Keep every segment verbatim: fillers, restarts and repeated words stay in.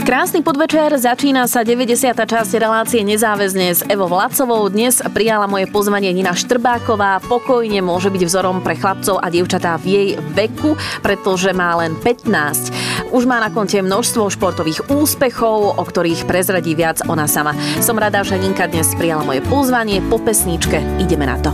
Krásny podvečer, začína sa deväťdesiata časť relácie Nezáväzne s Evou Vlacovou. Dnes prijala moje pozvanie Nina Štrbáková. Pokojne môže byť vzorom pre chlapcov a dievčatá v jej veku, pretože má len pätnásť. Už má na konte množstvo športových úspechov, o ktorých prezradí viac ona sama. Som rada, že Ninka dnes prijala moje pozvanie. Po pesničke ideme na to.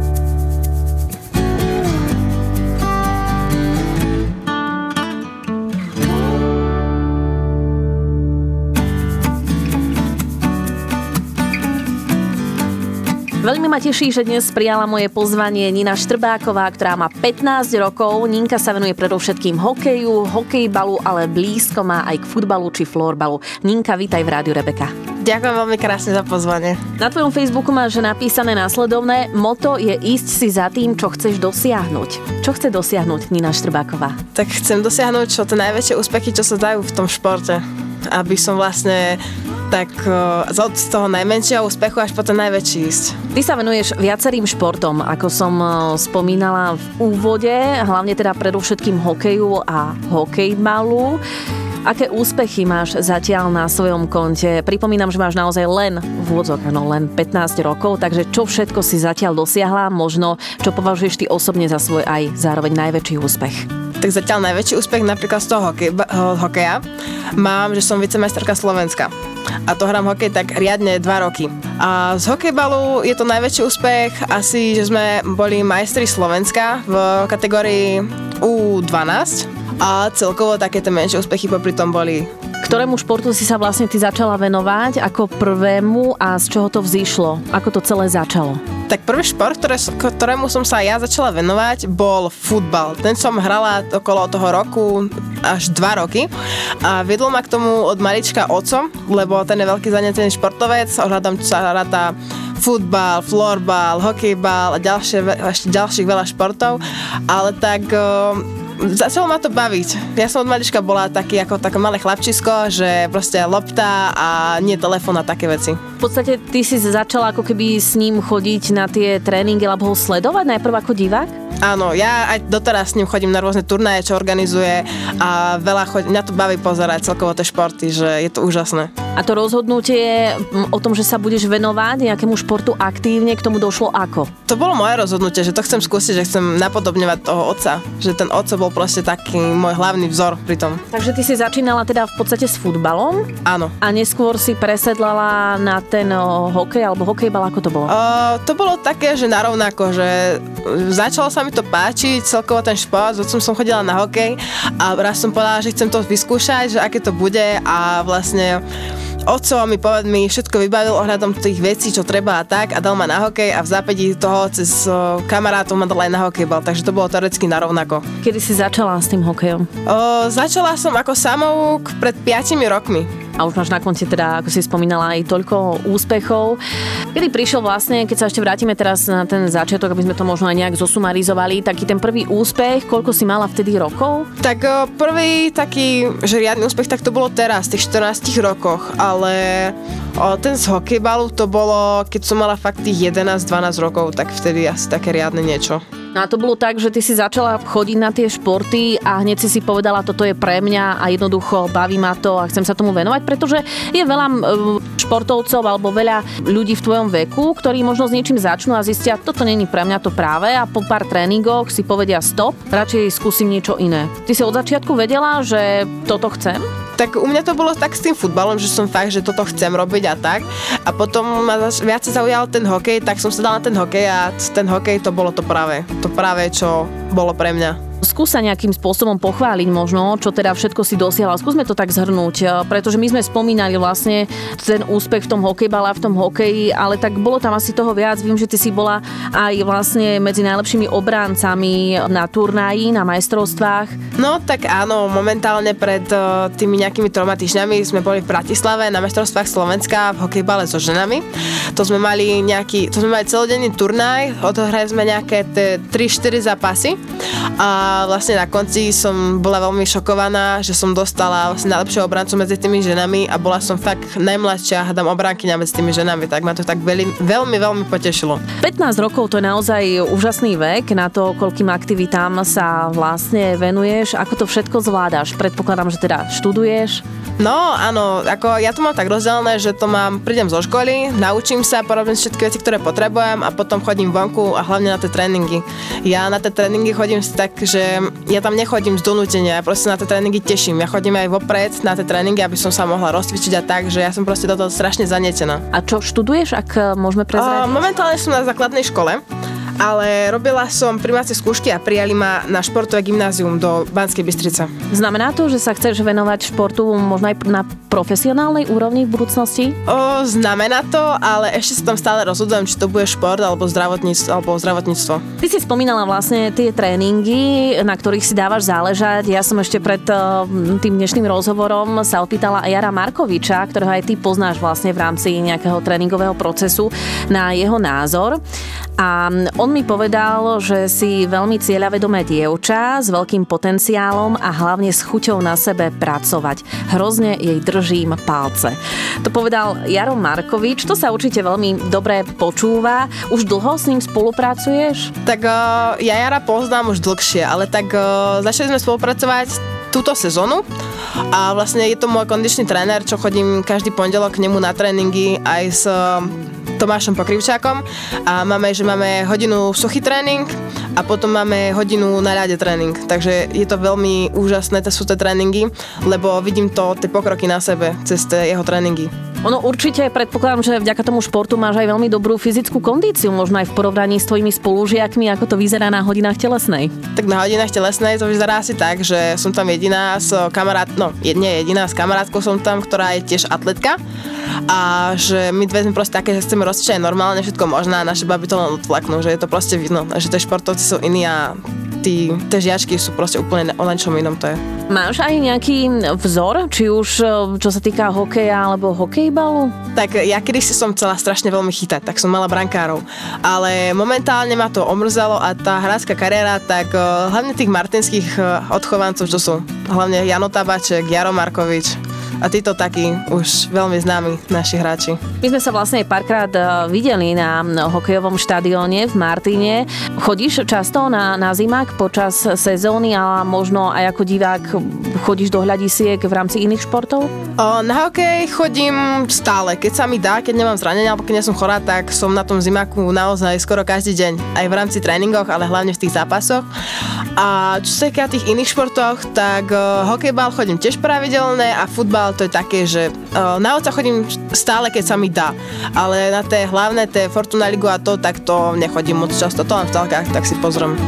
Veľmi ma teší, že dnes prijala moje pozvanie Nina Štrbáková, ktorá má pätnásť rokov. Ninka sa venuje predovšetkým hokeju, hokejbalu, ale blízko má aj k futbalu či florbalu. Ninka, vítaj v Rádiu Rebeka. Ďakujem veľmi krásne za pozvanie. Na tvojom Facebooku máš napísané následovné: moto je ísť si za tým, čo chceš dosiahnuť. Čo chce dosiahnuť Nina Štrbáková? Tak chcem dosiahnuť čo tie najväčšie úspechy, čo sa dajú v tom športe. Aby som vlastne tak od toho najmenšieho úspechu až po ten najväčší ísť. Ty sa venuješ viacerým športom, ako som spomínala v úvode, hlavne teda predovšetkým hokeju a hokejbalu. Aké úspechy máš zatiaľ na svojom konte? Pripomínam, že máš naozaj len v úvodzovkách, no len pätnásť rokov, takže čo všetko si zatiaľ dosiahla, možno čo považuješ ty osobne za svoj aj zároveň najväčší úspech? Tak zatiaľ najväčší úspech napríklad z toho hokej, hokeja mám, že som vicemajsterka Slovenska. A to hrám hokej tak riadne dva roky. A z hokejbalu je to najväčší úspech asi, že sme boli majstri Slovenska v kategórii ú dvanásť a celkovo takéto menšie úspechy popri tom boli. Ktorému športu si sa vlastne ty začala venovať ako prvému a z čoho to vzýšlo? Ako to celé začalo? Tak prvý šport, ktoré, ktorému som sa ja začala venovať, bol futbal. Ten som hrala okolo toho roku až dva roky a viedol ma k tomu od malička oco, lebo ten je veľký zanetený športovec, ohľadom čo sa ráta futbal, florbal, hokejbal a ďalšie, ešte ďalších veľa športov, ale tak začalo ma to baviť. Ja som od malička bola taký ako také malé chlapčisko, že proste lopta a nie telefón a také veci. V podstate ty si začala ako keby s ním chodiť na tie tréningy alebo ho sledovať najprv ako divák? Áno, ja aj doteraz s ním chodím na rôzne turnaje, čo organizuje a veľa chodí, mňa to baví pozerať celkovo tie športy, že je to úžasné. A to rozhodnutie o tom, že sa budeš venovať nejakému športu aktívne, k tomu došlo ako? To bolo moje rozhodnutie, že to chcem skúsiť, že chcem napodobňovať toho otca, že ten otco bol proste taký môj hlavný vzor pri tom. Takže ty si začínala teda v podstate s futbalom? Áno. A neskôr si presedlala na ten o, hokej alebo hokejbal, ako to bolo? Uh, to bolo také, že narovnako, že začalo sa mi to páčiť, celkovo ten šport, s otcom som chodila na hokej a raz som povedala, že chcem to vyskúšať, že aké to bude a vlastne otco mi povedal, mi všetko vybavil ohľadom tých vecí, čo treba a tak a dal ma na hokej a v zápätí toho cez o, kamarátov ma dal aj na hokejbal, takže to bolo teoreticky narovnako. Kedy si začala s tým hokejom? O, začala som ako samouk pred piatimi rokmi. A už máš na konte teda, ako si spomínala, aj toľko úspechov. Kedy prišiel vlastne, keď sa ešte vrátime teraz na ten začiatok, aby sme to možno aj nejak zosumarizovali, taký ten prvý úspech, koľko si mala vtedy rokov? Tak o, prvý taký, že riadny úspech, tak to bolo teraz, v tých štrnástich rokoch, ale o, ten z hokejbalu to bolo, keď som mala fakt tých jedenásť dvanásť rokov, tak vtedy asi také riadne niečo. No a to bolo tak, že ty si začala chodiť na tie športy a hneď si si povedala, toto je pre mňa a jednoducho baví ma to a chcem sa tomu venovať, pretože je veľa športovcov alebo veľa ľudí v tvojom veku, ktorí možno s niečím začnú a zistia, toto není pre mňa to práve a po pár tréningoch si povedia stop, radšej skúsim niečo iné. Ty si od začiatku vedela, že toto chcem? Tak u mňa to bolo tak s tým futbalom, že som fakt, že toto chcem robiť a tak. A potom ma viac zaujal ten hokej, tak som sa dala na ten hokej a ten hokej to bolo to práve. To práve, čo bolo pre mňa. Skús sa nejakým spôsobom pochváliť možno, čo teda všetko si dosiahla. Skúsme to tak zhrnúť, pretože my sme spomínali vlastne ten úspech v tom hokejbale a v tom hokeji, ale tak bolo tam asi toho viac. Viem, že ty si bola aj vlastne medzi najlepšími obráncami na turnaji, na majstrovstvách. No tak áno, momentálne pred uh, tými nejakými troma týždňami sme boli v Bratislave na majstrovstvách Slovenska v hokejbale so ženami. To sme mali nejaký, to sme mali celodenný turnaj, odohrali sme nejaké tri štyri zápasy a a vlastne na konci som bola veľmi šokovaná, že som dostala vlastne najlepšieho obrancu medzi tými ženami a bola som fakt najmladšia, hádam, obránkyňa medzi tými ženami, tak ma to tak veľmi, veľmi, veľmi potešilo. pätnásť rokov to je naozaj úžasný vek na to, koľkým aktivitám sa vlastne venuješ. Ako to všetko zvládaš? Predpokladám, že teda študuješ. No, áno, ako ja to mám tak rozdelené, že to mám, prídem zo školy, naučím sa, porobím všetky veci, ktoré potrebujem a potom chodím vonku a hlavne na tie tréningy. Ja na tie tréningy chodím tak, že ja tam nechodím z donútenia, ja proste na tie tréningy teším. Ja chodím aj vopred na tie tréningy, aby som sa mohla rozcvičiť a tak, že ja som proste do toho strašne zanietená. A čo študuješ, ak môžeme prezradiť? Uh, momentálne som na základnej škole, ale robila som prijímacie skúšky a prijali ma na športové gymnázium do Banskej Bystrice. Znamená to, že sa chceš venovať športu možno aj na profesionálnej úrovni v budúcnosti? O, znamená to, ale ešte sa tam stále rozhodujem, či to bude šport alebo zdravotníctvo. Alebo zdravotníctvo. Ty si spomínala vlastne tie tréningy, na ktorých si dávaš záležať. Ja som ešte pred uh, tým dnešným rozhovorom sa opýtala aj Jara Markoviča, ktorého aj ty poznáš vlastne v rámci nejakého tréningového procesu, na jeho názor. A on mi povedal, že si veľmi cieľavedomé dievča s veľkým potenciálom a hlavne s chuťou na sebe pracovať. Hrozne jej držím palce. To povedal Jaro Markovič, to sa určite veľmi dobre počúva. Už dlho s ním spolupracuješ? Tak uh, ja Jara poznám už dlhšie, ale tak uh, začali sme spolupracovať túto sezónu a vlastne je to môj kondičný tréner, čo chodím každý pondelok k nemu na tréningy aj s uh, Tomášom Pokrivčákom a máme, že máme hodinu suchý tréning a potom máme hodinu na ľade tréning. Takže je to veľmi úžasné, to sú tie tréningy, lebo vidím to, tie pokroky na sebe cez tie jeho tréningy. Ono určite, predpokladám, že vďaka tomu športu máš aj veľmi dobrú fyzickú kondíciu, možno aj v porovnaní s tvojimi spolužiakmi, ako to vyzerá na hodinách telesnej. Tak na hodinách telesnej to vyzerá asi tak, že som tam jediná s kamarát, no nie jediná s kamarátkou som tam, ktorá je tiež atletka a že my dve sme proste také, že chceme rozcvičiť normálne všetko možné a naše baby to len odflaknú, že je to proste vidno, že tie športovci sú iní a tí, tie žiačky sú proste úplne o ničom inom to je. Máš aj nejaký vzor, či už čo sa týka hokeja alebo hokejbalu? Tak ja kedysi som chcela strašne veľmi chytať, tak som mala brankárov. Ale momentálne ma to omrzelo a tá hráčska kariéra, tak uh, hlavne tých martinských uh, odchovancov, čo sú hlavne Jano Tabaček, Jaro Markovič a títo takí už veľmi známi naši hráči. My sme sa vlastne párkrát videli na hokejovom štadióne v Martine. Chodíš často na, na zimák počas sezóny a možno aj ako divák chodíš do hľadisiek v rámci iných športov? O, na hokej chodím stále, keď sa mi dá, keď nemám zranenia alebo keď nie som chorá, tak som na tom zimáku naozaj skoro každý deň. Aj v rámci tréningoch, ale hlavne v tých zápasoch. A čo sa týka tých iných športoch, tak uh, hokejbal chodím tiež pravidelne a futbal to je také, že uh, na oca chodím stále, keď sa mi dá. Ale na tie hlavné, tie Fortuna Ligu a to, tak to nechodím moc často. To len v telkách, tak si pozriem.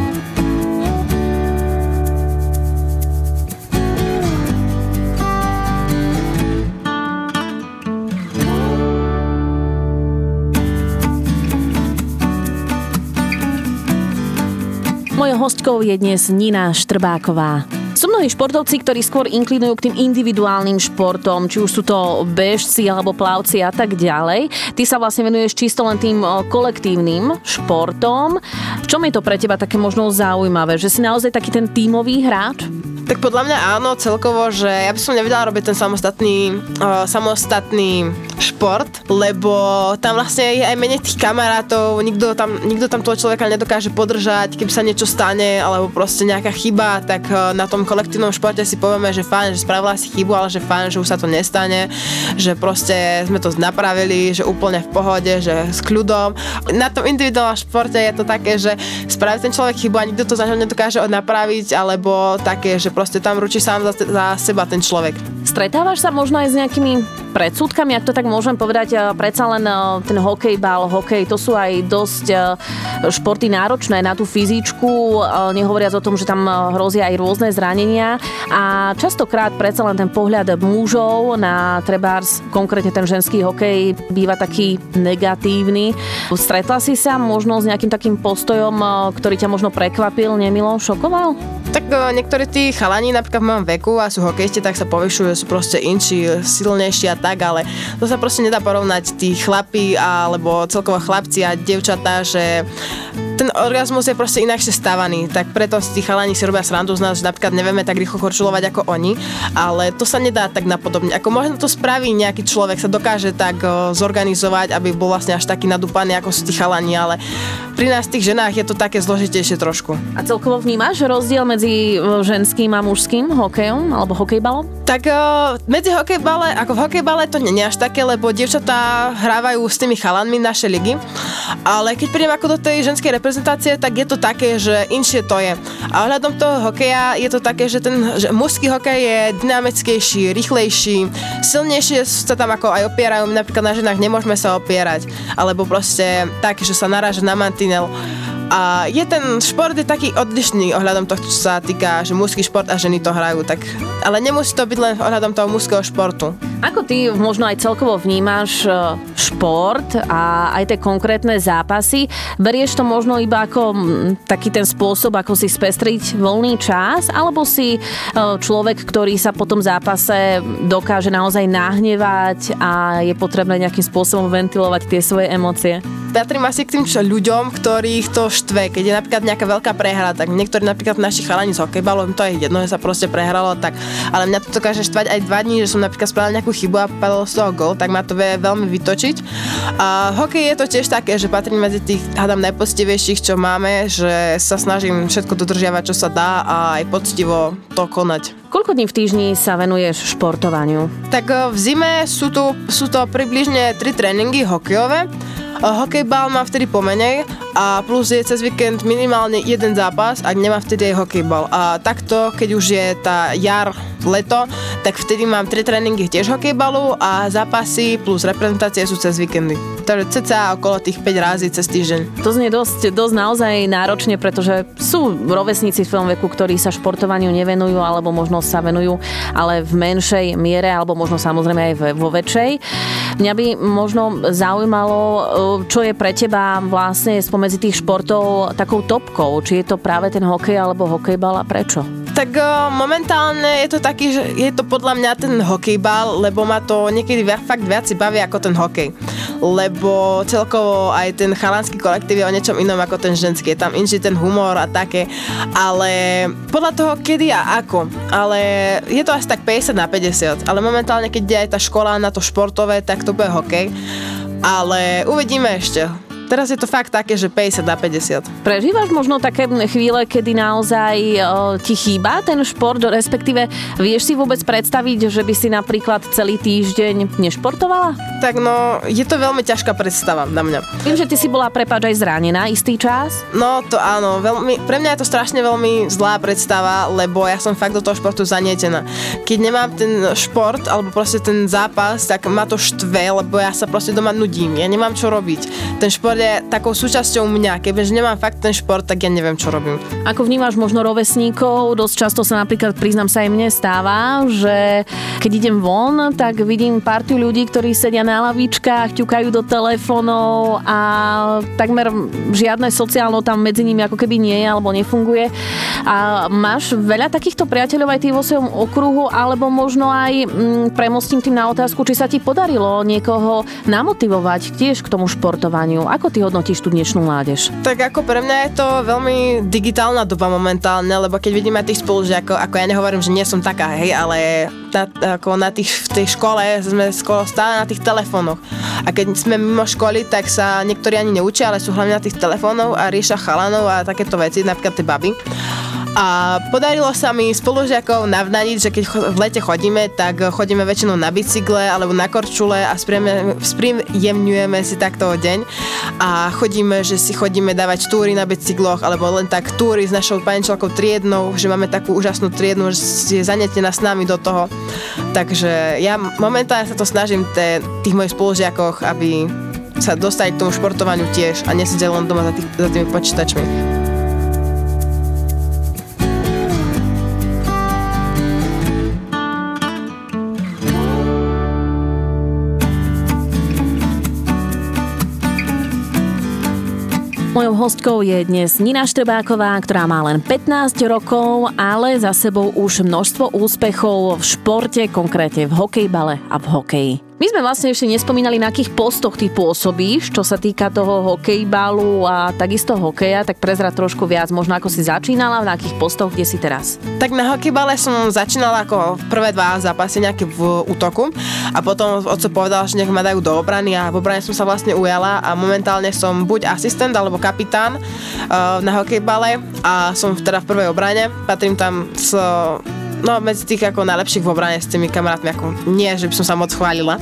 Mojou hostkou je dnes Nina Štrbáková. Sú mnohí športovci, ktorí skôr inklinujú k tým individuálnym športom, či už sú to bežci alebo plavci a tak ďalej. Ty sa vlastne venuješ čisto len tým kolektívnym športom. V čom je to pre teba také možno zaujímavé? Že si naozaj taký ten tímový hráč? Tak podľa mňa áno, celkovo, že ja by som nevedela robiť ten samostatný, uh, samostatný šport, lebo tam vlastne je aj menej tých kamarátov, nikto tam, nikto tam toho človeka nedokáže podržať, keby sa niečo stane, alebo proste nejaká chyba, tak uh, na tom kolektívnom športe si povieme, že fajn, že spravila si chybu, ale že fajn, že už sa to nestane, že proste sme to napravili, že úplne v pohode, že s kľudom. Na tom individuálnom športe je to také, že spraví ten človek chybu a nikto to za ňo nedokáže napraviť, alebo také, že proste tam ručí sám za, za seba ten človek. Stretávaš sa možno aj s nejakými predsudkami, ak to tak môžem povedať, predsa len ten hokejbal, hokej, to sú aj dosť športy náročné na tú fyzičku, nehovoriac o tom, že tam hrozia aj rôzne zranenia a častokrát predsa len ten pohľad mužov na trebárs, konkrétne ten ženský hokej, býva taký negatívny. Stretla si sa možno s nejakým takým postojom, ktorý ťa možno prekvapil, nemilo, šokoval? Tak niektorí tí chalani napríklad v mojom veku a sú hokejisti, tak sa povyšujú, sú proste inší, silnejší a tak, ale to sa proste nedá porovnať tí chlapi alebo celkovo chlapci a dievčatá, že ten orgazmus je proste inakšie stávaný, tak preto tí chalani si robia srandu z nás, že napríklad nevieme tak rýchlo korčulovať ako oni, ale to sa nedá tak napodobne. Ako možno to spraví nejaký človek, sa dokáže tak o, zorganizovať, aby bol vlastne až taký nadúpaný, ako sú tí chalani, ale pri nás tých ženách je to také zložitejšie trošku. A celkovo vnímaš rozdiel medzi ženským a mužským hokejom alebo hokejbalom? Tak o, medzi hokejbale, ako v hokejbale to nie je až také, lebo dievčatá hrávajú s tými chalanmi naše ligy, ale keď prídem ako do tej ženskej reprezentácie, tak je to také, že inšie to je. A ohľadom toho hokeja je to také, že ten že mužský hokej je dynamickejší, rýchlejší, silnejšie sa tam ako aj opierajú, napríklad na ženách nemôžeme sa opierať, alebo proste tak, že sa naráža na mantinel. A je ten šport je taký odlišný ohľadom toho, čo sa týka, že mužský šport a ženy to hrajú, tak, ale nemusí to byť len ohľadom toho mužského športu. Ako ty možno aj celkovo vnímaš šport a aj tie konkrétne zápasy? Berieš to možno iba ako taký ten spôsob, ako si spestriť voľný čas, alebo si človek, ktorý sa po tom zápase dokáže naozaj nahnevať a je potrebné nejakým spôsobom ventilovať tie svoje emócie? Patrím asi k tým čo, ľuďom, ktorých to štve. Keď je napríklad nejaká veľká prehra, tak niektorí napríklad naši chalani z hokejbalu, im to je jedno, že sa proste prehralo, tak, ale mňa to dokáže štvať aj dva dní, že som napríklad spravil nejakú chybu a padol z toho gól, tak ma to vie veľmi vytočiť. A hokej je to tiež také, že patrím medzi tých, hádam, najpoctivejších, čo máme, že sa snažím všetko dodržiavať, čo sa dá a aj poctivo to konať. Koľko dní v týždni sa venuješ športovaniu? Tak v zime sú, tu, sú to približne tri tréningy hokejové. Hokejbal mám vtedy pomenej a plus je cez víkend minimálne jeden zápas, ak nemám vtedy aj hokejbal. A takto, keď už je tá jar, leto, tak vtedy mám tri tréningy tiež hokejbalu a zápasy plus reprezentácie sú cez víkendy. Takže cca okolo tých päť razy cez týždeň. To znie dosť, dosť naozaj náročne, pretože sú rovesníci v tvojom veku, ktorí sa športovaniu nevenujú alebo možno sa venujú, ale v menšej miere alebo možno samozrejme aj vo väčšej. Mňa by možno zaujímalo, čo je pre teba vlastne spomedzi tých športov takou topkou. Či je to práve ten hokej alebo hokejbal a prečo? Tak momentálne je to taký, že je to podľa mňa ten hokejbal, lebo ma to niekedy fakt viac baví ako ten hokej. Lebo celkovo aj ten chalanský kolektív je o niečom inom ako ten ženský. Je tam inší ten humor a také. Ale podľa toho, kedy a ako. Ale je to asi tak päťdesiat na päťdesiat. Ale momentálne, keď je aj tá škola na to športové, tak to bude hokej. Ale uvidíme ešte. Teraz je to fakt také, že päťdesiat na päťdesiat. Prežívaš možno také chvíle, kedy naozaj o, ti chýba ten šport, respektíve vieš si vôbec predstaviť, že by si napríklad celý týždeň nešportovala? Tak no, je to veľmi ťažká predstava na mňa. Viem, že ty si bola, prepáč, aj zranená istý čas? No to áno, veľmi, pre mňa je to strašne veľmi zlá predstava, lebo ja som fakt do toho športu zanietená. Keď nemám ten šport, alebo proste ten zápas, tak ma to štve, lebo ja sa proste doma nudím, ja nemám čo robiť. Ten šport je takou súčasťou mňa. Keďže nemám fakt ten šport, tak ja neviem, čo robím. Ako vnímaš možno rovesníkov? Dosť často sa napríklad, priznám sa, aj mne stáva, že keď idem von, tak vidím partiu ľudí, ktorí sedia na lavičkách, ťukajú do telefónov a takmer žiadne sociálno tam medzi nimi ako keby nie je alebo nefunguje. A máš veľa takýchto priateľov aj ty vo svojom okruhu, alebo možno aj mm, premostím tým na otázku, či sa ti podarilo niekoho namotivovať tiež k tomu športovaniu. Ako ty hodnotíš tú dnešnú mládež? Tak ako pre mňa je to veľmi digitálna doba momentálne, lebo keď vidím aj tých spolužiakov, ako ja nehovorím, že nie som taká, hej, ale na, ako na tých, v tej škole sme skoro stále na tých telefónoch. A keď sme mimo školy, tak sa niektorí ani neučia, ale sú hlavne na tých telefónov a riešia chalanov a takéto veci, napríklad tie baby. A podarilo sa mi spolužiakov navnadiť, že keď v lete chodíme, tak chodíme väčšinou na bicykle alebo na korčule a spríjemňujeme si takto deň a chodíme, že si chodíme dávať túry na bicykloch alebo len tak túry s našou panečelkou triednou, že máme takú úžasnú triednu, že je zanietená s nami do toho. Takže ja momentálne sa to snažím te, tých mojich spolužiakoch, aby sa dostali k tomu športovaniu tiež a nesedeli len doma za, tých, za tými počítačmi. Mojou hostkou je dnes Nina Štrbáková, ktorá má len pätnásť rokov, ale za sebou už množstvo úspechov v športe, konkrétne v hokejbale a v hokeji. My sme vlastne ešte nespomínali, na akých postoch ty pôsobíš, čo sa týka toho hokejbalu a takisto hokeja, tak prezrad trošku viac, možno ako si začínala, na akých postoch, kde si teraz? Tak na hokejbale som začínala ako prvé dva zápasy nejaké v útoku a potom otco povedal, že nech ma dajú do obrany a v obrane som sa vlastne ujala a momentálne som buď asistent alebo kapitán uh, na hokejbale a som teda v prvej obrane, patrím tam s no medzi tých ako najlepších v obrane s tými kamarátmi, ako nie, že by som sa moc chválila.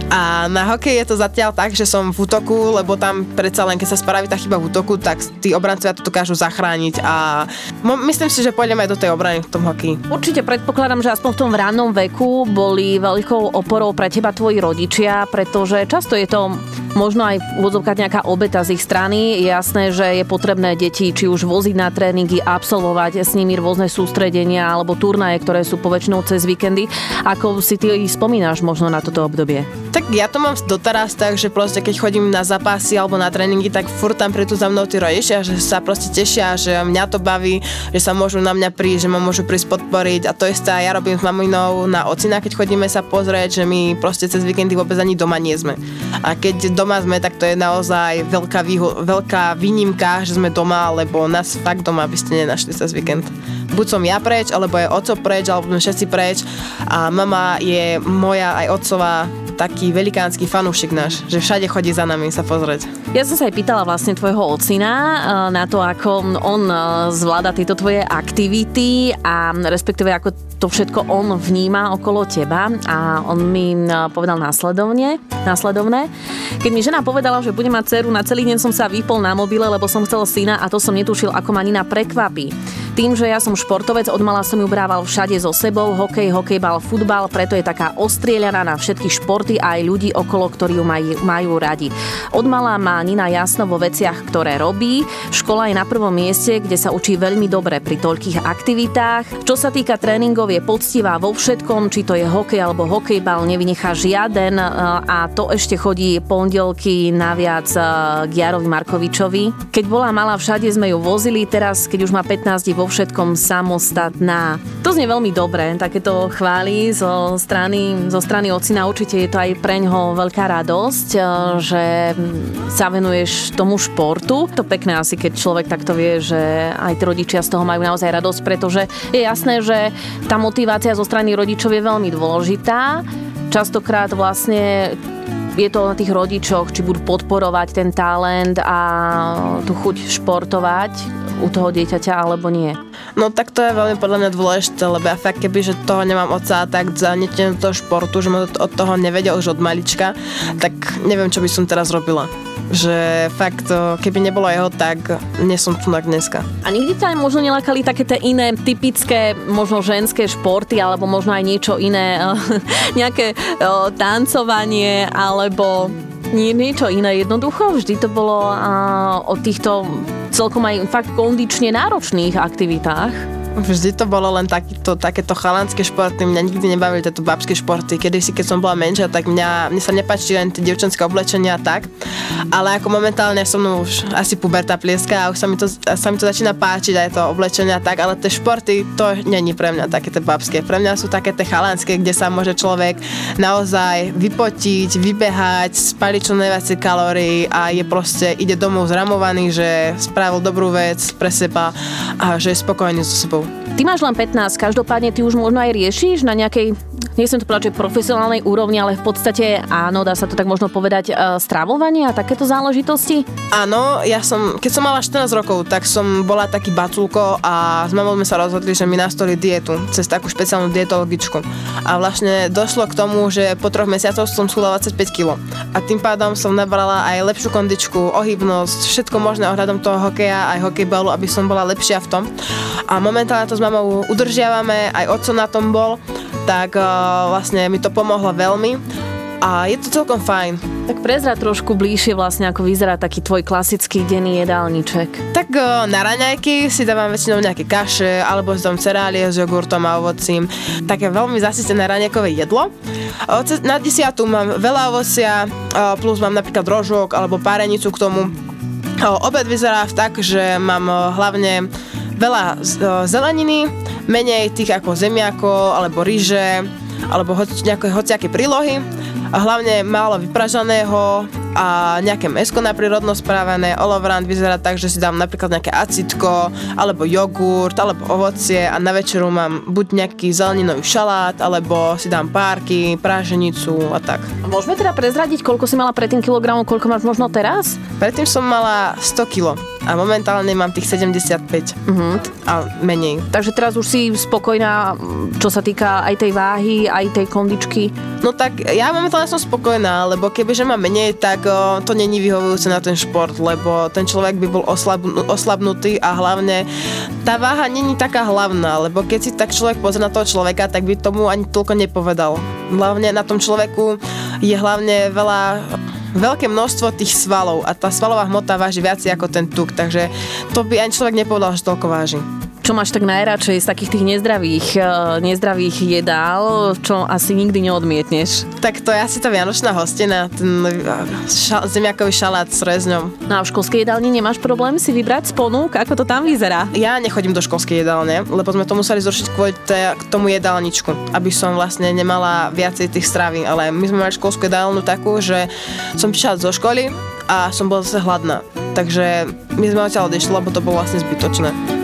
A na hokej je to zatiaľ tak, že som v útoku, lebo tam predsa len, keď sa spraví tá chyba v útoku, tak tí obrancovia to dokážu zachrániť a mo- myslím si, že pôjdem aj do tej obrany v tom hokeji. Určite predpokladám, že aspoň v tom rannom veku boli veľkou oporou pre teba tvoji rodičia, pretože často je to možno aj v úvodzovkách nejaká obeta z ich strany. Je jasné, že je potrebné deti či už voziť na tréningy, absolvovať s nimi rôzne sústredenia alebo turnaje, ktoré sú poväčšinou cez víkendy. Ako si ty spomínaš možno na toto obdobie? Tak ja to mám doteraz tak, že proste keď chodím na zápasy alebo na tréningy, tak furt tam prídu za mnou tí rodičia, že sa proste tešia, že mňa to baví, že sa môžu na mňa prísť, že ma môžu prísť podporiť a to isté ja robím s maminou na ocina, keď chodíme sa pozrieť, že my proste cez víkendy vôbec ani doma nie sme. A keď doma sme, tak to je naozaj veľká, výho- veľká výnimka, že sme doma, lebo nás fakt doma by ste nenašli cez víkend. Buď som ja preč, alebo je oco preč, alebo sme všetci preč a mama je moja aj otcová taký velikánsky fanúšik náš, že všade chodí za nami sa pozrieť. Ja som sa aj pýtala vlastne tvojho ocina na to, ako on zvláda tieto tvoje aktivity a respektíve ako to všetko on vníma okolo teba a on mi povedal následovne, následovné. Keď mi žena povedala, že bude mať dceru, na celý deň som sa vypol na mobile, lebo som chcel syna a to som netušil, ako ma Nina prekvapí. Tým, že ja som športovec, odmala som ju brával všade so sebou, hokej, hokejbal, futbal, preto je taká ostrieľaná na všetky športy a aj ľudí okolo, ktorí ju majú, majú radi. Odmala má Nina jasno vo veciach, ktoré robí. Škola je na prvom mieste, kde sa učí veľmi dobre pri toľkých aktivitách. Čo sa týka tréningov, je poctivá vo všetkom, či to je hokej alebo hokejbal, nevynechá žiaden a to ešte chodí pondelky naviac k Jarovi Markovičovi. Keď bola malá, všade sme ju vozili, teraz, keď už má pätnásť, vo všetkom samostatná. To znie veľmi dobre, takéto chvály zo strany, zo strany ocina. Určite je to aj preňho veľká radosť, že sa venuješ tomu športu. To pekné asi, keď človek takto vie, že aj tí rodičia z toho majú naozaj radosť, pretože je jasné, že tá motivácia zo strany rodičov je veľmi dôležitá. Častokrát vlastne je to na tých rodičoch, či budú podporovať ten talent a tú chuť športovať u toho dieťaťa, alebo nie? No tak to je veľmi podľa mňa dôležité, lebo ja fakt keby, že toho nemám otca, tak zanetiem do toho športu, že ma od toho nevedel už od malička, tak neviem, čo by som teraz robila. Že fakt, keby nebolo jeho, tak nie som tu dneska. A nikdy ťa možno nelakali také tie iné typické, možno ženské športy, alebo možno aj niečo iné, nejaké tancovanie, alebo nie, niečo iné jednoducho? Vždy to bolo uh, o týchto celkom aj fakt kondične náročných aktivitách. Vždy to bolo len takýto, takéto chalanské športy, mňa nikdy nebavili tieto babské športy. Kedysi, keď som bola menšia, tak mňa, mne sa nepáčili len tie dievčenské oblečenia a tak, ale ako momentálne som mnou už asi puberta plieska a už sa mi, to, sa mi to začína páčiť aj to oblečenie a tak, ale tie športy, to není pre mňa také tie babské. Pre mňa sú také tie chalanské, kde sa môže človek naozaj vypotiť, vybehať, spaliť čo najviac kalórií a je proste, ide domov zramovaný, že spravil dobrú vec pre seba a že je spokojný so sebou. Ty máš len pätnásť, každopádne ty už možno aj riešiš na nejakej, nechcem to povedať, že profesionálnej úrovni, ale v podstate áno, dá sa to tak možno povedať, e, stravovanie a takéto záležitosti? Áno, ja som, keď som mala štrnásť rokov, tak som bola taký baculko a s mamou sme sa rozhodli, že mi nastolí dietu cez takú špeciálnu dietologičku. A vlastne došlo k tomu, že po troch mesiacoch som schudla dvadsaťpäť kilogramov. A tým pádom som nabrala aj lepšiu kondičku, ohybnosť, všetko možné ohľadom toho hokeja, aj hokejbalu, aby som bola lepšia v tom. A momentálne to s mamou udržiavame, aj otco na tom bol, tak uh, vlastne mi to pomohlo veľmi a je to celkom fajn. Tak prezrať trošku bližšie vlastne, ako vyzerá taký tvoj klasický denný jedálniček. Tak uh, na raňajky si dávam väčšinou nejaké kaše, alebo si dám cereálie s jogurtom a ovocím. Také veľmi zasytené raňajkové jedlo. Uh, na desiatu mám veľa ovocia, uh, plus mám napríklad rožok alebo párenicu k tomu. Uh, obed vyzerá tak, že mám uh, hlavne veľa zeleniny, menej tých ako zemiakov, alebo ryže, alebo hoci, nejaké hociaké prílohy. a hlavne málo vypražaného a nejaké mäsko na prírodno správené. Olovrant vyzerá tak, že si dám napríklad nejaké acitko, alebo jogurt, alebo ovocie a na večeru mám buď nejaký zeleninový šalát, alebo si dám párky, práženicu a tak. Môžeme teda prezradiť, koľko si mala predtým kilogramov, koľko máš možno teraz? Predtým som mala sto kilo a momentálne mám tých sedemdesiatpäť uh-huh. a menej. Takže teraz už si spokojná, čo sa týka aj tej váhy, aj tej kondičky? No tak ja momentálne som spokojná, lebo kebyže mám menej, tak o, to není vyhovujúce na ten šport, lebo ten človek by bol oslab, oslabnutý a hlavne tá váha není taká hlavná, lebo keď si tak človek pozrie na toho človeka, tak by tomu ani toľko nepovedal. Hlavne na tom človeku je hlavne veľa veľké množstvo tých svalov a tá svalová hmota váži viac ako ten tuk, takže to by ani človek nepovedal, že toľko váži. Čo máš tak najradšej z takých tých nezdravých, nezdravých jedál, čo asi nikdy neodmietneš? Tak to je asi tá vianočná hostina, ten šal, zemiakový šalát s rezňom. No a v školskej jedálni nemáš problém si vybrať z ponúk? Ako to tam vyzerá? Ja nechodím do školskej jedálne, lebo sme to museli zrušiť kvôli k tomu jedálničku, aby som vlastne nemala viacej tých stravín, ale my sme mali školskú jedálnu takú, že som prišla zo školy a som bola zase hladná. Takže my sme odtiaľ odišli, lebo to bolo vlastne zbytočné.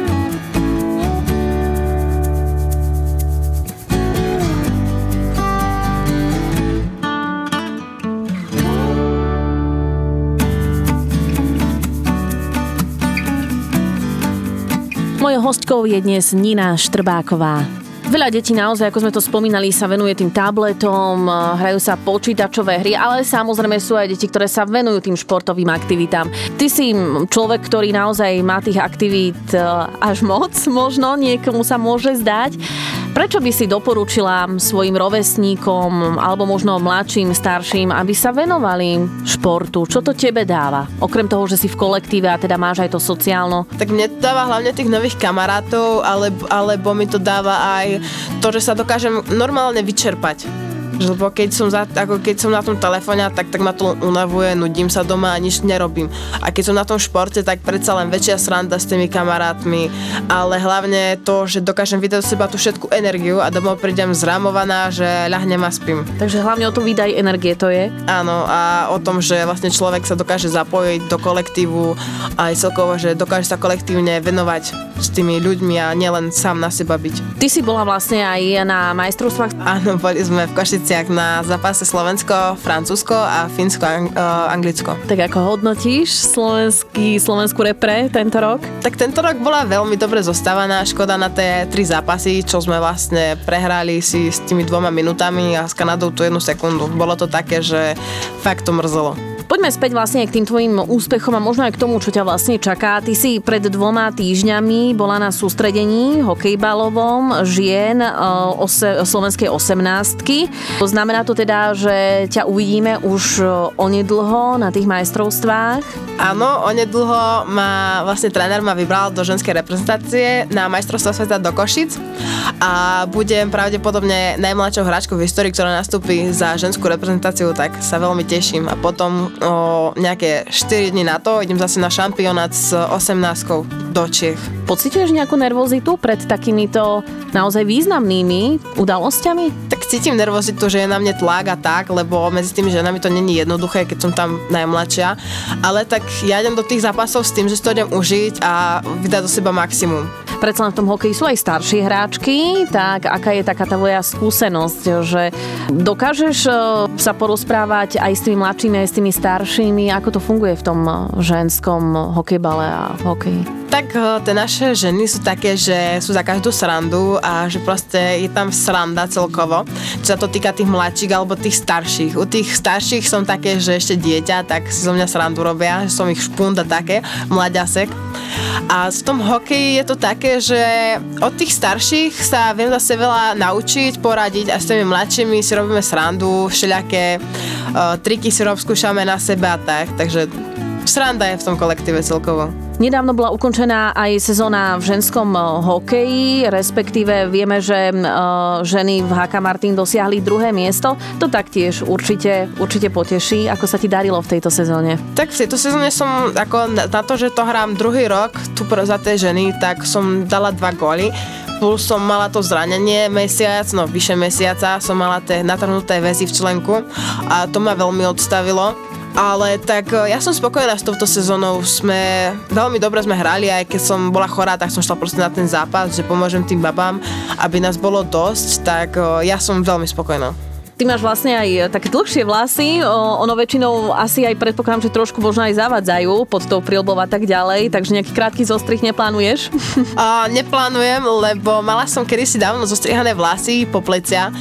Mojou hostkou je dnes Nina Štrbáková. Veľa detí naozaj, ako sme to spomínali, sa venuje tým tabletom, hrajú sa počítačové hry, ale samozrejme sú aj deti, ktoré sa venujú tým športovým aktivitám. Ty si človek, ktorý naozaj má tých aktivít až moc, možno niekomu sa môže zdať. Prečo by si doporučila svojim rovesníkom alebo možno mladším, starším, aby sa venovali športu? Čo to tebe dáva? Okrem toho, že si v kolektíve a teda máš aj to sociálno. Tak mne to dáva hlavne tých nových kamarátov, alebo, alebo mi to dáva aj to, že sa dokážem normálne vyčerpať. Lebo keď som, za, ako keď som na tom telefóne, tak, tak ma to unavuje, nudím sa doma a nič nerobím. A keď som na tom športe, tak predsa len väčšia sranda s tými kamarátmi, ale hlavne to, že dokážem vydať do seba tú všetku energiu a domov prídem zrámovaná, že ľahnem a spím. Takže hlavne o tom výdaj energie to je? Áno, a o tom, že vlastne človek sa dokáže zapojiť do kolektívu a aj celkovo, že dokáže sa kolektívne venovať s tými ľuďmi a nielen sám na seba byť. Ty si bola vlastne aj na majstrovstvách? Áno, boli sme v Košiciach na zápase Slovensko, Francúzsko a Fínsko, ang- Anglicko. Tak ako hodnotíš slovenský, slovenskú repre tento rok? Tak tento rok bola veľmi dobre zostavaná, škoda na tie tri zápasy, čo sme vlastne prehrali si s tými dvoma minútami a s Kanadou tú jednu sekundu. Bolo to také, že fakt to mrzelo. Poďme späť vlastne k tým tvojim úspechom a možno aj k tomu, čo ťa vlastne čaká. Ty si pred dvoma týždňami bola na sústredení hokejbalovom žien ose, slovenskej osemnástky. Znamená to teda, že ťa uvidíme už onedlho na tých majstrovstvách? Áno, onedlho ma vlastne tréner ma vybral do ženskej reprezentácie na majstrovstvá sveta do Košic a budem pravdepodobne najmladšou hráčkou v histórii, ktorá nastúpi za ženskú reprezentáciu, tak sa veľmi teším a potom o nejaké štyri dni na to idem zase na šampionát s osemnástkou do Čiech. Pociťuješ nejakú nervozitu pred takýmito naozaj významnými udalosťami? Tak cítim nervozitu, že je na mne tlak a tak, lebo medzi tými ženami to není jednoduché, keď som tam najmladšia, ale tak ja idem do tých zápasov s tým, že si to idem užiť a vydať do seba maximum. Predsa len v tom hokeji sú aj staršie hráčky, tak aká je taká tá tvoja skúsenosť, že dokážeš sa porozprávať aj s tými mladšími, aj s tými staršími, ako to funguje v tom ženskom hokejbale a v hokeji? Tak tie naše ženy sú také, že sú za každú srandu a že proste je tam sranda celkovo, čo sa to týka tých mladších alebo tých starších. U tých starších som také, že ešte dieťa, tak si zo mňa srandu robia, že som ich špund a také, mladiasek. A v tom hokeji je to také, že od tých starších sa viem zase veľa naučiť, poradiť a s tými mladšími si robíme srandu, všelijaké uh, triky si rob, skúšame na sebe a tak, takže sranda je v tom kolektíve celkovo. Nedávno bola ukončená aj sezóna v ženskom hokeji, respektíve vieme, že ženy v há ká Martin dosiahli druhé miesto. To taktiež určite, určite poteší. Ako sa ti darilo v tejto sezóne? Tak v tejto sezóne som, ako na to, že to hrám druhý rok tu za tie ženy, tak som dala dva góly. Plus som mala to zranenie mesiac, no vyše mesiaca, som mala tie natrhnuté väzy v členku a to ma veľmi odstavilo. Ale tak ja som spokojná s touto sezónou, sme veľmi dobre sme hrali, aj keď som bola chorá, tak som šla proste na ten zápas, že pomôžem tým babám, aby nás bolo dosť, tak ja som veľmi spokojná. Ty máš vlastne aj také dlhšie vlasy, ono väčšinou asi aj predpokladám, že trošku možno aj zavadzajú pod tou prilbou a tak ďalej, takže nejaký krátky zostrih neplánuješ? Uh, neplánujem, lebo mala som kedysi dávno zostrihané vlasy po plecia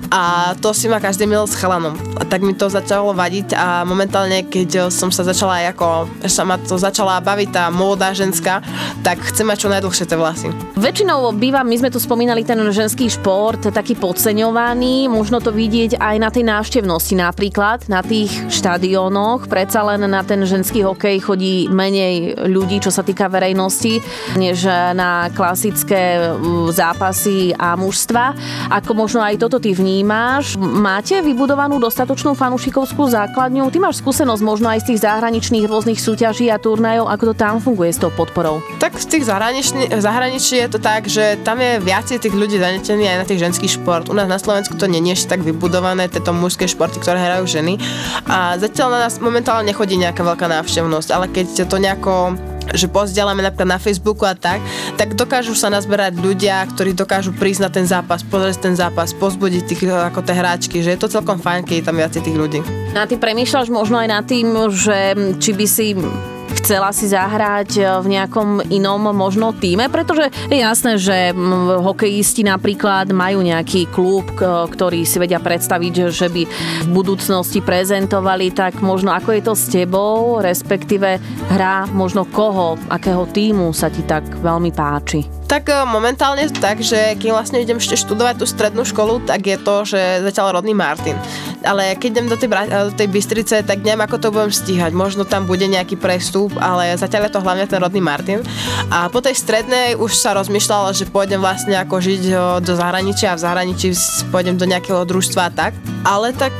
a to si ma každý mil s chalanom. A tak mi to začalo vadiť a momentálne, keď som sa začala aj ako, sa ma to začala baviť tá móda ženská, tak chcem mať čo najdlhšie tie vlasy. Väčšinou býva, my sme tu spomínali ten ženský šport, taký podceňovaný, možno to vidieť aj na tej návštevnosti, napríklad na tých štadiónoch, predsa len na ten ženský hokej chodí menej ľudí, čo sa týka verejnosti, než na klasické zápasy a mužstva. Ako možno aj toto ty vnímáš? Máte vybudovanú dostatočnú fanúšikovskú základňu? Ty máš skúsenosť možno aj z tých zahraničných rôznych súťaží a turnajov, ako to tam funguje s tou podporou? Tak z tých zahraničí je to tak, že tam je viacej tých ľudí zanetených aj na tých ženský šport. U nás na Slovensku to nie je tak vybudované, tieto mužské športy, ktoré hrajú ženy. A zatiaľ na nás momentálne nechodí nejaká veľká návštevnosť, ale keď to nejako že pozdielame napríklad na Facebooku a tak, tak dokážu sa nazberať ľudia, ktorí dokážu prísť na ten zápas, pozrieť ten zápas, pozbudiť tých ako tie hráčky, že je to celkom fajn, keď je tam viacej tých ľudí. A ty premýšľaš možno aj nad tým, že či by si chcela si zahrať v nejakom inom možno tíme, pretože je jasné, že hokejisti napríklad majú nejaký klub, ktorý si vedia predstaviť, že by v budúcnosti prezentovali, tak možno ako je to s tebou, respektíve hra možno koho, akého tímu sa ti tak veľmi páči? Tak momentálne tak, že keď vlastne idem ešte študovať tú strednú školu, tak je to, že zatiaľ rodný Martin. Ale keď idem do tej, do tej Bystrice, tak neviem, ako to budem stíhať. Možno tam bude nejaký prestup, ale zatiaľ je to hlavne ten rodný Martin. A po tej strednej už sa rozmýšľala, že pôjdem vlastne ako žiť do zahraničia a v zahraničí pôjdem do nejakého družstva a tak. Ale tak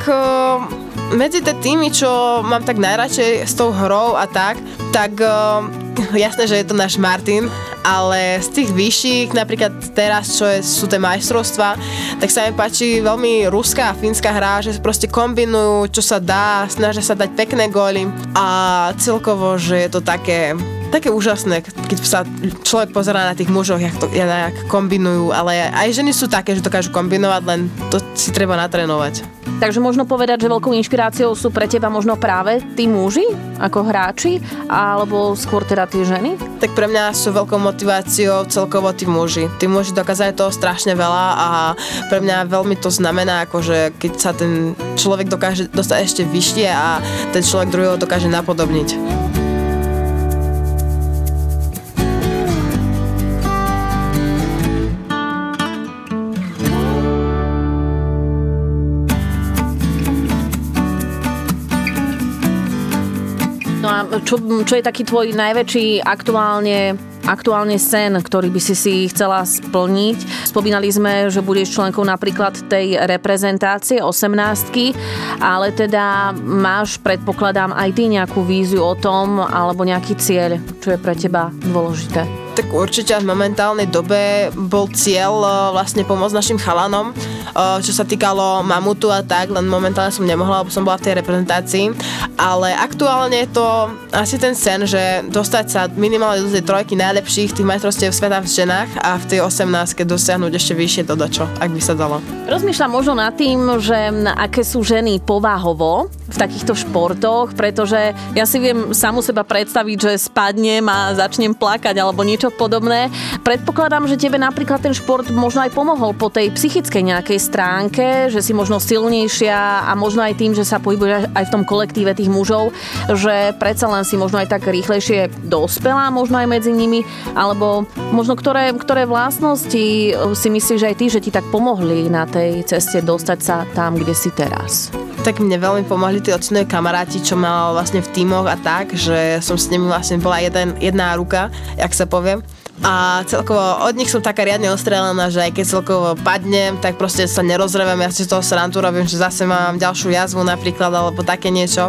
medzi tie týmy, čo mám tak najradšej s tou hrou a tak, tak jasné, že je to náš Martin, ale z tých vyšších, napríklad teraz, čo je, sú tie majstrovstvá, tak sa mi páči veľmi ruská a fínska hra, že proste kombinujú, čo sa dá, snažia sa dať pekné góly a celkovo, že je to také, také úžasné, keď sa človek pozerá na tých mužov, jak, to, jak kombinujú, ale aj ženy sú také, že dokážu kombinovať, len to si treba natrénovať. Takže možno povedať, že veľkou inšpiráciou sú pre teba možno práve tí muži ako hráči, alebo skôr teda tie ženy? Tak pre mňa sú veľkou motiváciou celkovo tí muži. Tí muži dokázali toho strašne veľa a pre mňa veľmi to znamená, akože keď sa ten človek dokáže dostať ešte vyššie a ten človek druhého dokáže napodobniť. Čo, čo je taký tvoj najväčší aktuálne, aktuálne sen, ktorý by si si chcela splniť? Spomínali sme, že budeš členkou napríklad tej reprezentácie osemnástky, ale teda máš, predpokladám, aj ty nejakú víziu o tom, alebo nejaký cieľ, čo je pre teba dôležité? Tak určite v momentálnej dobe bol cieľ vlastne pomôcť našim chalanom, čo sa týkalo mamutu a tak, len momentálne som nemohla, lebo som bola v tej reprezentácii, ale aktuálne je to asi ten sen, že dostať sa minimálne do tej trojky najlepších tých majstrovstiev sveta v ženách a v tej osemnástke dosiahnuť ešte vyššie to dačo, ak by sa dalo. Rozmýšľam možno nad tým, že aké sú ženy povahovo v takýchto športoch, pretože ja si viem samu seba predstaviť, že spadnem a začnem plakať alebo niečo podobné. Predpokladám, že tebe napríklad ten šport možno aj pomohol po tej psychickej nejakej stránke, že si možno silnejšia a možno aj tým, že sa pohybuješ aj v tom kolektíve tých mužov, že predsa len si možno aj tak rýchlejšie dospela, možno aj medzi nimi, alebo možno ktoré, ktoré vlastnosti si myslíš aj ty, že ti tak pomohli na tej ceste dostať sa tam, kde si teraz? tak mne veľmi pomohli tí ocinovi kamaráti, čo mal vlastne v tímoch a tak, že som s nimi vlastne bola jeden, jedna ruka, jak sa povie. A celkovo od nich som taká riadne ostrelená, že aj keď celkovo padnem, tak proste sa nerozrevem, ja si z toho srandu robím, že zase mám ďalšiu jazvu napríklad, alebo také niečo.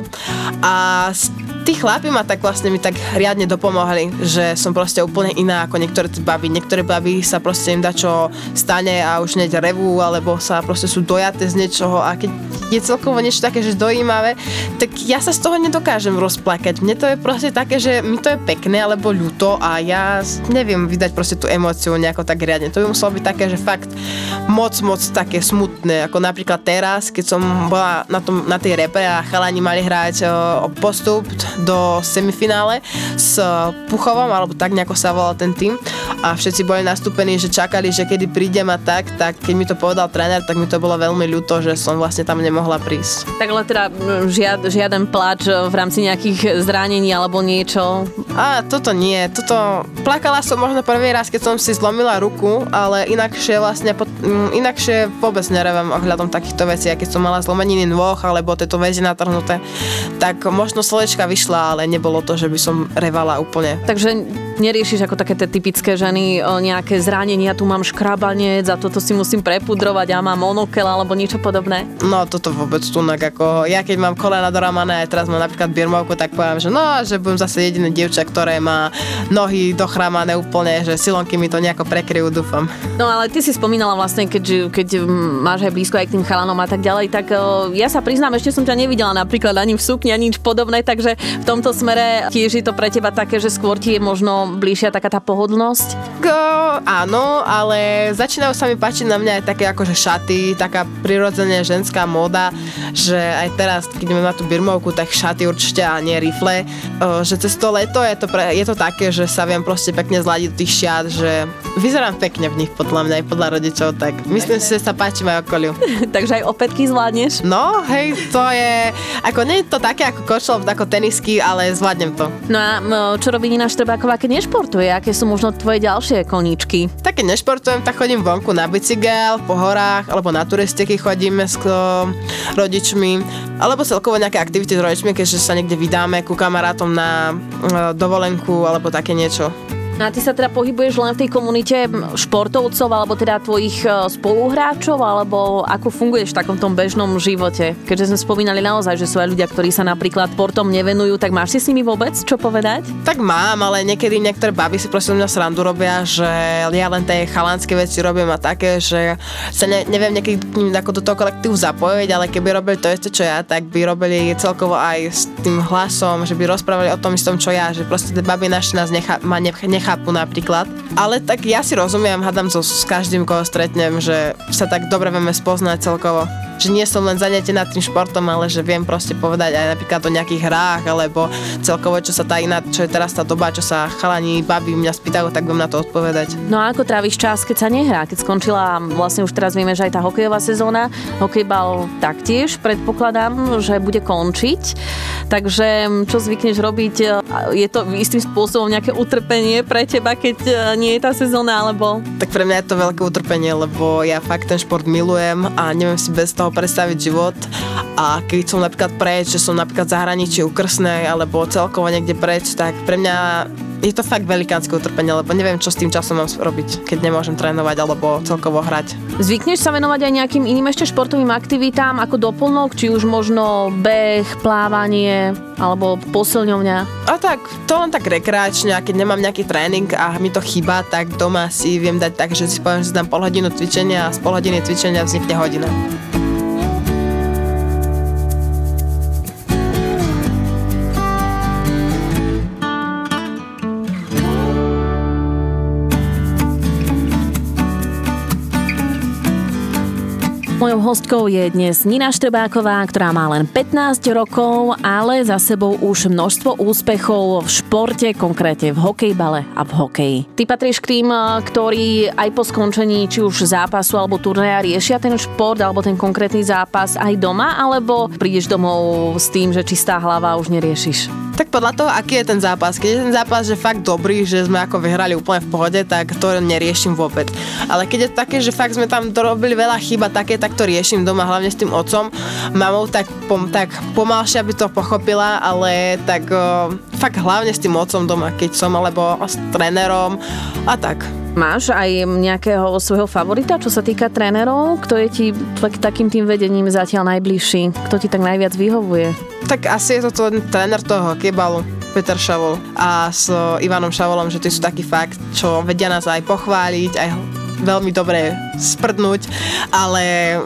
A tí chlapi ma tak vlastne mi tak riadne dopomohli, že som proste úplne iná ako niektoré tí baby. Niektoré baby sa proste im dá čo stane a už hneď revú, alebo sa proste sú dojaté z niečoho a keď je celkovo niečo také, že dojímavé, tak ja sa z toho nedokážem rozplakať. Mne to je proste také, že mi to je pekné alebo ľúto a ja neviem vydať proste tú emóciu nejako tak riadne. To by muselo byť také, že fakt moc, moc také smutné, ako napríklad teraz, keď som bola na, tom, na tej repe a chalani mali hrať o, o postup do semifinále s Puchovom, alebo tak nejako sa volal ten tým a všetci boli nastúpení, že čakali, že kedy prídem a tak, tak keď mi to povedal tréner, tak mi to bolo veľmi ľúto, že som vlastne tam nemohla prísť. Tak ale teda žiad, žiaden pláč v rámci nejakých zranení alebo niečo? Á, toto nie, toto plakala som možno prvý raz, keď som si zlomila ruku, ale inakšie vlastne inakšie vôbec nerevem ohľadom takýchto vecí, a keď som mala zlomeniny nôh alebo tieto väzy natrhnuté, tak možno slečka vyšla, ale nebolo to, že by som revala úplne. Takže neriešiš ako také tie typické ženy nejaké zranenia, tu mám škrabanec a toto si musím prepudrovať a mám monokel alebo niečo podobné? No toto vôbec tu, ako ja keď mám kolena doramané, aj teraz mám napríklad birmovku, tak poviem, že no, že budem zase jediné dievča, ktoré má nohy dochramané úplne, že silonky mi to nejako prekryjú, dúfam. No ale ty si spomínala vlastne, keď, keď máš aj blízko aj k tým chalanom a tak ďalej, tak ja sa priznám, ešte som ťa nevidela napríklad ani v sukni, ani nič podobné, takže v tomto smere tiež je to pre teba také, že skôr ti je možno bližšia taká tá pohodlnosť? Go, áno, ale začínajú sa mi páčiť na mňa aj také akože šaty, taká prirodzene ženská móda, že aj teraz, keď ideme na tú birmovku, tak šaty určite a nie rifle, že cez to leto je to, pre, je to také, že sa viem proste pekne zladiť do tých šiat, že vyzerám pekne v nich podľa mňa aj podľa rodičov, tak myslím si, že sa páči aj okoliu. Takže aj opätky zvládneš? No, hej, to je, ako nie je to také ako kočlov, ako tenisky, ale zvládnem to. No a čo robí Nina Štrbáková, keď nešportuje? Aké sú možno tvoje ďalšie koníčky? Tak keď nešportujem, tak chodím vonku na bicykel, po horách, alebo na turistiky chodíme s rodičmi, alebo celkovo nejaké aktivity s rodičmi, keďže sa niekde vydáme ku kamarátom na dovolenku, alebo také niečo. No a ty sa teda pohybuješ len v tej komunite športovcov, alebo teda tvojich spoluhráčov, alebo ako funguješ v takom tom bežnom živote? Keďže sme spomínali naozaj, že sú aj ľudia, ktorí sa napríklad športom nevenujú, tak máš si s nimi vôbec čo povedať? Tak mám, ale niekedy niektoré baby si prosím mňa srandu robia, že ja len tie chalánske veci robím a také, že sa ne, neviem niekedy ako do toho kolektívu zapojiť, ale keby robili to isté, čo ja, tak by robili celkovo aj s tým hlasom, že by rozprávali o tom istom, čo ja, že proste tie baby naše nás nechá, ma nech, nechápu napríklad. Ale tak ja si rozumiem, hádam so s každým, koho stretnem, že sa tak dobre vieme spoznať celkovo. Že nie som len zanietená tým športom, ale že viem proste povedať aj napríklad o nejakých hrách, alebo celkovo, čo sa tá iná, čo je teraz tá doba, čo sa chalani, baby mňa spýtajú, tak viem na to odpovedať. No a ako tráviš čas, keď sa nehrá? Keď skončila, vlastne už teraz vieme, že aj tá hokejová sezóna, hokejbal taktiež, predpokladám, že bude končiť. Takže čo zvykneš robiť? Je to istým spôsobom nejaké utrpenie pre teba, keď nie je tá sezóna, alebo? Tak pre mňa je to veľké utrpenie, lebo ja fakt ten šport milujem a neviem si bez toho predstaviť život. A keď som napríklad preč, že som napríklad v zahraničí u Krsnej alebo celkovo niekde preč, tak pre mňa je to fakt velikánske utrpenie, lebo neviem, čo s tým časom mám robiť, keď nemôžem trénovať alebo celkovo hrať. Zvykneš sa venovať aj nejakým iným ešte športovým aktivitám ako doplnok, či už možno beh, plávanie alebo posilňovňa? A tak, to len tak rekreačne, a keď nemám nejaký tréning a mi to chýba, tak doma si viem dať tak, že si poviem, že si dám pol hodinu cvičenia a z pol hodiny cvičenia vznikne hodina. Mojou hostkou je dnes Nina Štrbáková, ktorá má len pätnásť rokov, ale za sebou už množstvo úspechov v športe, konkrétne v hokejbale a v hokeji. Ty patríš k tým, ktorí aj po skončení či už zápasu alebo turnaja riešia ten šport alebo ten konkrétny zápas aj doma, alebo prídeš domov s tým, že čistá hlava už neriešiš? Tak podľa toho, aký je ten zápas. Keď je ten zápas, že fakt dobrý, že sme ako vyhrali úplne v pohode, tak to neriešim vôbec. Ale keď je to také, že fakt sme tam dorobili veľa chyba také, tak to riešim doma, hlavne s tým otcom. Mamou tak, pom, tak pomalšie, aby to pochopila, ale tak o, fakt hlavne s tým otcom doma, keď som, alebo s trénerom a tak. Máš aj nejakého svojho favorita, čo sa týka trénerov? Kto je ti tak, takým tým vedením zatiaľ najbližší? Kto ti tak najviac vyhovuje? Tak asi je to ten tréner toho hokejbalu, Peter Šavol a s Ivanom Šavolom, že tí sú takí fakt, čo vedia nás aj pochváliť, aj veľmi dobre sprdnúť, ale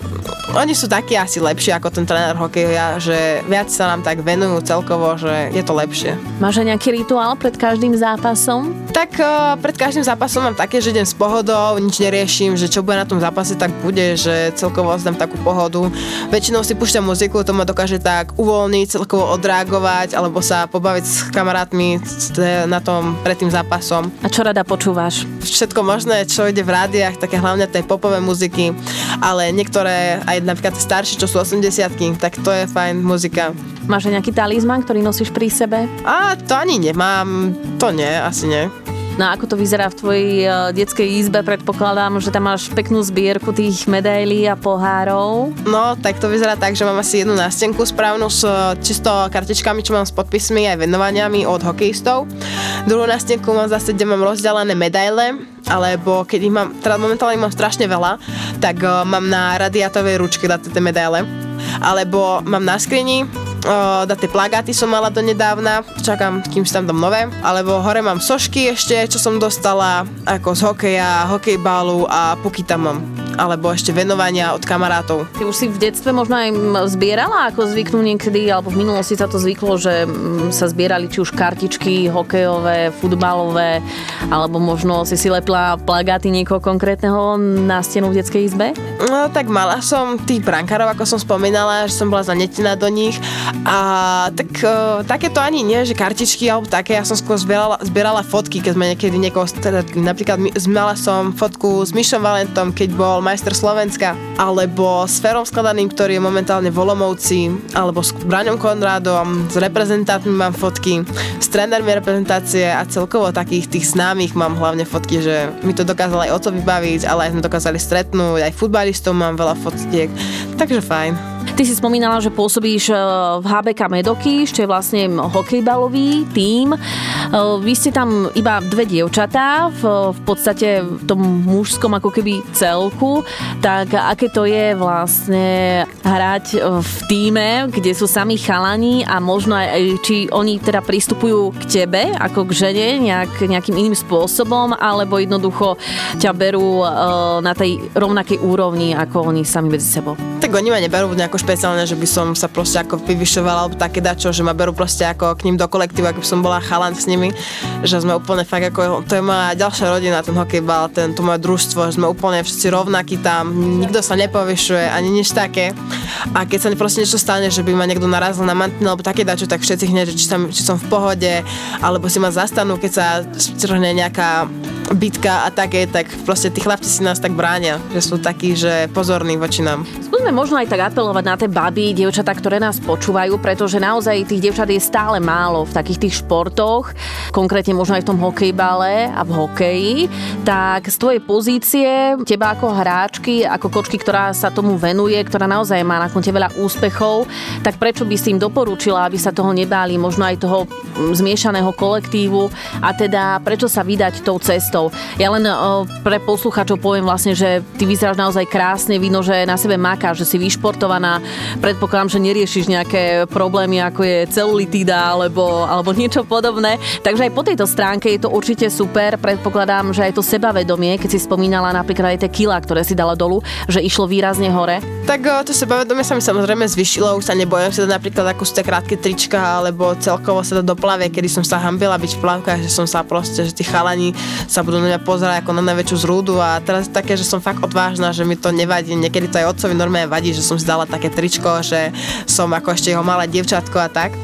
oni sú takí asi lepší ako ten tréner hokeja, že viac sa nám tak venujú celkovo, že je to lepšie. Máš aj nejaký rituál pred každým zápasom? Tak uh, pred každým zápasom mám také, že idem s pohodou, nič neriešim, že čo bude na tom zápase, tak bude, že celkovo zdám takú pohodu. Väčšinou si púšťam muziku, to ma dokáže tak uvoľniť, celkovo odreagovať, alebo sa pobaviť s kamarátmi na tom pred tým zápasom. A čo rada počúvaš? Všetko možné, čo ide v rádiách, také hlavne tej popové muziky, ale niektoré aj napríklad starší, čo sú osemdesiatky, tak to je fajn muzika. Máš aj nejaký talizman, ktorý nosíš pri sebe? A to ani nemám, to nie, asi nie. No a ako to vyzerá v tvojej uh, detskej izbe? Predpokladám, že tam máš peknú zbierku tých medailí a pohárov. No, tak to vyzerá tak, že mám asi jednu nástenku správnu s čisto kartičkami, čo mám s podpismi aj venovaniami od hokejistov. Druhú nástenku mám zase, kde mám rozdelené medaile, alebo keď ich mám, teda momentálne ich mám strašne veľa, tak uh, mám na radiátovej ručke dať tie medaile. Alebo mám na skrini, Uh, dať tie plagáty som mala donedávna, čakám, kým si tam dám nové. Alebo hore mám sošky ešte, čo som dostala, ako z hokeja, hokejbalu a puky tam mám. Alebo ešte venovania od kamarátov. Ty už si v detstve možno aj zbierala, ako zvyknú niekedy, alebo v minulosti sa to zvyklo, že sa zbierali či už kartičky hokejové, futbalové, alebo možno si si lepila plagáty niekoho konkrétneho na stenu v detskej izbe? No tak mala som tých brankárov, ako som spomínala, že som bola zanetená do nich. A tak uh, takéto ani nie, že kartičky alebo také, ja som skôr zbierala, zbierala fotky, keď sme niekedy niekoho stretli. Napríklad mala som fotku s Mišom Valentom, keď bol majster Slovenska, alebo s Ferom Skladaným, ktorý je momentálne v Olomouci, alebo s Braňom Konrádom, s reprezentantmi mám fotky, s trénermi reprezentácie a celkovo takých tých známych mám hlavne fotky, že mi to dokázali aj oco vybaviť, ale aj sme dokázali stretnúť, aj futbalistov mám veľa fotiek, takže fajn. Ty si spomínala, že pôsobíš v há bé ká Medoky, čo je vlastne hokejbalový tím. Vy ste tam iba dve dievčatá, v, v podstate v tom mužskom ako keby celku. Tak aké to je vlastne hrať v tíme, kde sú sami chalani a možno aj, či oni teda pristupujú k tebe ako k žene nejak, nejakým iným spôsobom, alebo jednoducho ťa berú na tej rovnakej úrovni ako oni sami medzi sebou? Tak oni ma neberú nejako špeciálne, že by som sa proste ako vyvyšovala alebo také dačo, že ma berú proste ako k ním do kolektívu, ako by som bola chalan s nimi, že sme úplne fakt ako, to je moja ďalšia rodina, ten hokejbal, ten, to moje družstvo, že sme úplne všetci rovnakí tam, nikto sa nepovyšuje, ani nič také. A keď sa proste niečo stane, že by ma niekto narazil na mantinel alebo také dačo, tak všetci hneď, či, tam, či som v pohode, alebo si ma zastanú, keď sa strhne nejaká bitka a také, tak proste tí chlapci si nás tak bránia, že sú takí, že pozorní voči nám. Skúsme možno aj tak apelovať na tie baby, dievčatá, ktoré nás počúvajú, pretože naozaj tých dievčat je stále málo v takých tých športoch, konkrétne možno aj v tom hokejbale a v hokeji. Tak z tvojej pozície, teba ako hráčky, ako kočky, ktorá sa tomu venuje, ktorá naozaj má na konte veľa úspechov, tak prečo by si im doporučila, aby sa toho nebáli, možno aj toho zmiešaného kolektívu a teda prečo sa vydať tou cestou? Ja len o, pre posluchačov poviem vlastne, že ty vyzeráš naozaj krásne, vidno, že na sebe makáš, že si vyšportovaná. Predpokladám, že neriešiš nejaké problémy, ako je celulitída alebo, alebo niečo podobné. Takže aj po tejto stránke je to určite super. Predpokladám, že aj to sebavedomie, keď si spomínala napríklad aj tie kilá, ktoré si dala dolu, že išlo výrazne hore. Tak o, to sebavedomie sa mi samozrejme zvyšilo, už sa nebojím si dať napríklad ako sú tie krátke trička, alebo celkovo sa dať do plavie, kedy som sa hambila byť v plavkách, že som sa proste, že tí chalani sa budú na mňa pozerať ako na najväčšiu zrúdu a teraz je také, že som fakt odvážna, že mi to nevadí. Niekedy to aj otcovi normálne vadí, že som si dala také tričko, že som ako ešte jeho malé dievčatko a tak.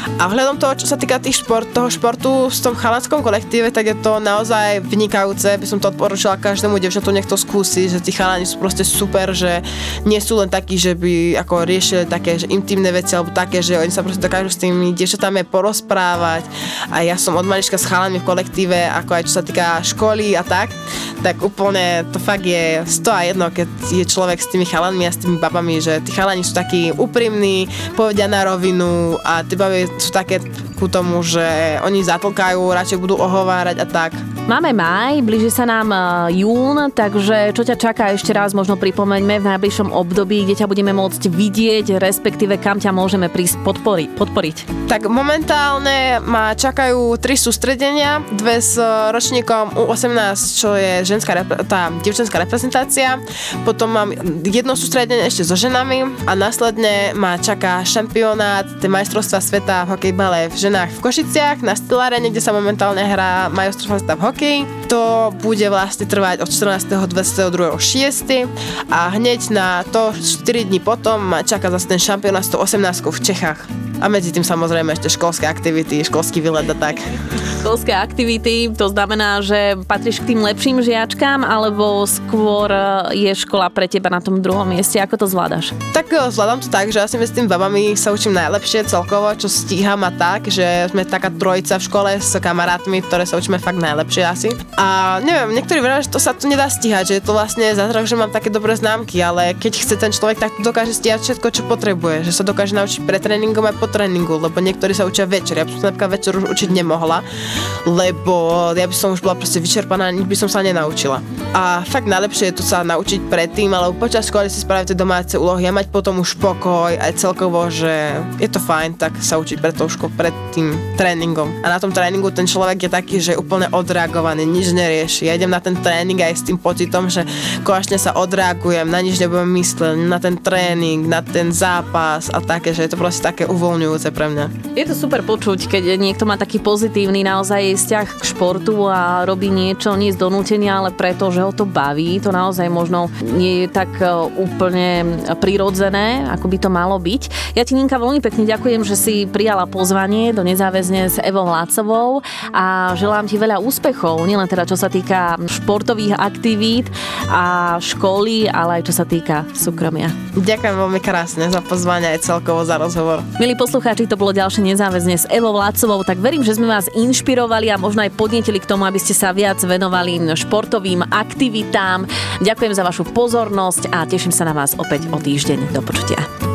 A vzhľadom toho, čo sa týka tých šport, toho športu v tom chalanskom kolektíve, tak je to naozaj vynikajúce. By som to odporúčala každému devčatu, nech to skúsi, že tí chalani sú proste super, že nie sú len takí, že by ako riešili také že intimné veci alebo také, že oni sa proste dokážu s tými devčatami porozprávať. A ja som od malička s chalami v kolektíve, ako aj čo sa týka školy a tak, tak úplne to fakt je sto a jedno, keď je človek s tými chalanmi a s tými babami, že tí chalani sú takí úprimní, povedia na rovinu a tí baby sú také ku tomu, že oni zatlkajú, radšej budú ohovárať a tak. Máme máj, blíži sa nám jún, takže čo ťa čaká ešte raz možno pripomeňme v najbližšom období, kde ťa budeme môcť vidieť, respektíve kam ťa môžeme prísť podporiť. podporiť. Tak momentálne ma čakajú tri sústredenia, dve s ročníkom U osemnásť, čo je ženská, tá dievčenská reprezentácia, potom mám jedno sústredenie ešte so ženami a následne ma čaká šampionát majstrovstva sveta v hokejbale v ženách v Košiciach na Stylarene, kde sa momentálne hrá majstrovstva sveta v hokeji. To bude vlastne trvať od štrnásteho do dvadsiateho druhého šiesteho a hneď na to štyri dní potom ma čaká zase ten šampionát sto osemnásť v Čechách. A medzi tým samozrejme ešte školské aktivity, školský výlet a tak. Školské aktivity, to znamená, že patríš k tým lepším žiačkám, alebo skôr je škola pre teba na tom druhom mieste? Ako to zvládaš? Tak zvládam to tak, že asi medzi tým babami sa učím najlepšie celkovo, čo stíham a tak, že sme taká trojica v škole s kamarátmi, ktoré sa učíme fakt najlepšie asi. A neviem, niektorí vedia, že to sa tu nedá stíhať, že je to vlastne zázrak, že mám také dobré známky, ale keď chce ten človek, tak dokáže stíhať všetko, čo potrebuje, že sa dokáže naučiť pred tréningom aj po tréningu, lebo niektorí sa učia večer. Ja by som napríklad večer už učiť nemohla, lebo ja by som už bola proste vyčerpaná, nič by som sa nenaučila. A fakt najlepšie je to sa naučiť predtým, alebo počas školy si spraviť tie domáce úlohy a mať potom už pokoj aj celkovo, že je to fajn, tak sa učiť pred tou školou, pred tým tréningom. A na tom tréningu ten človek je taký, že je úplne odreagovaný, nič nerieši. Ja idem na ten tréning aj s tým pocitom, že konečne sa odreagujem, na nič nebudem mysleť, na ten tréning, na ten zápas a také, že je to proste také uvoľňujúce pre mňa. Je to super počuť, keď niekto má taký pozitívny naozaj vzťah k športu a robí niečo nie z donútenia, ale preto, že ho to baví. To naozaj možno nie je tak úplne prirodzené, ako by to malo byť. Ja ti, Ninka, veľmi pekne ďakujem, že si prijala pozvanie do Nezáväzne s Evou Vlácovou a želám ti veľa úspechov, nielen teda čo sa týka športových aktivít a školy, ale aj čo sa týka súkromia. Ďakujem veľmi krásne za pozvanie aj celkovo za rozhovor. Milí poslucháči, to bolo ďalšie Nezáväzne s Evou Vlácovou, tak verím, že sme vás inšpirovali a možno aj podnietili k tomu, aby ste sa viac venovali športovým aktivitám. Ďakujem za vašu pozornosť a teším sa na vás opäť o týždeň. Do počutia.